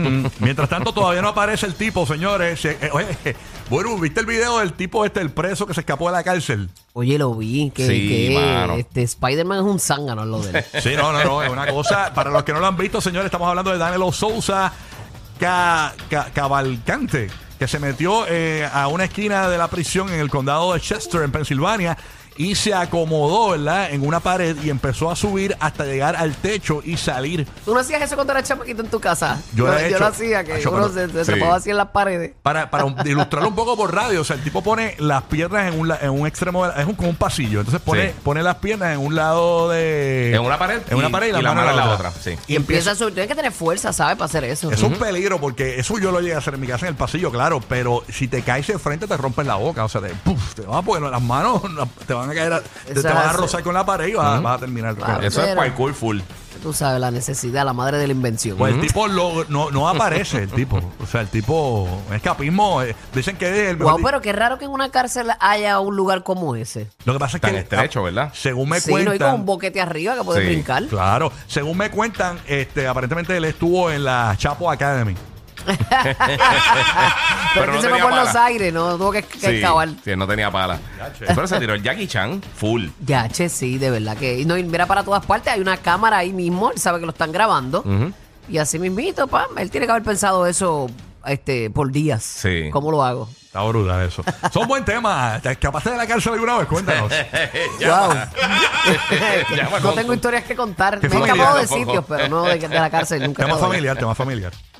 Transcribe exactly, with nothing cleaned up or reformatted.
Mm, mientras tanto, todavía no aparece el tipo, señores. Se- eh, oye, bueno, ¿viste el video del tipo este, el preso que se escapó de la cárcel? Oye, lo vi, que, Sí, que mano. este Spider-Man es un zángano en lo de él. Sí, no, no, no, es una cosa. Para los que no lo han visto, señores, estamos hablando de Danilo Sousa Ca- Ca- Cavalcante, que se metió eh, a una esquina de la prisión en el condado de Chester, en Pensilvania, y se acomodó, ¿verdad?, en una pared y empezó a subir hasta llegar al techo y salir. ¿Tú no hacías eso cuando eras chamaquito en tu casa? Yo lo he yo hecho. lo hacía, que Acho, uno pero- se, se sí. trepaba así en las paredes. Para, para un- ilustrarlo un poco por radio, o sea, el tipo pone las piernas en un, la- en un extremo, de la- es un, como un pasillo, entonces pone, Sí. pone las piernas en un lado de... En una pared en una y- pared y, la y la mano en la otra. sí. Y empieza a subir. Tienes que tener fuerza, ¿sabes? Para hacer eso. Es un peligro porque eso yo lo llegué a hacer en mi casa en el pasillo, claro, pero si te caes de frente te rompes la boca, o sea, te, puf, te va a poner las manos, te van a caer, a- te, te van a rozar con la pared y vas, a- vas a terminar. Claro. Eso es Pero- parkour full. Tú sabes, la necesidad, la madre de la invención. Pues el tipo lo- no, no aparece, el tipo. O sea, el tipo, escapismo, eh, dicen que es el mejor Wow, di- pero qué raro que en una cárcel haya un lugar como ese. Lo que pasa es Tan que estrecho, ¿verdad? Según me Sí, no hay cuentan, como un boquete arriba que puedes Sí. brincar. claro, según me cuentan, este, aparentemente él estuvo en la Chapo Academy. Pero, Pero que no se me tenía fue en los pala. aires, no tuvo que, que Sí, excavar. sí, no tenía pala. che. Pero se tiró el Jackie Chan full. Ya, che, sí, de verdad que. No, y mira para todas partes, hay una cámara ahí mismo, él sabe que lo están grabando. Ujú. Y así mismito, pam, él tiene que haber pensado eso este, por días. Sí. ¿Cómo lo hago? Está brutal eso. Son buen tema. ¿Te escapaste de la cárcel alguna vez? Cuéntanos. Wow. Llama no con- tengo historias que contar. Qué Me he familiar, escapado de tampoco. sitios, pero no de, de la cárcel nunca. he tema estado allá. familiar, tema familiar.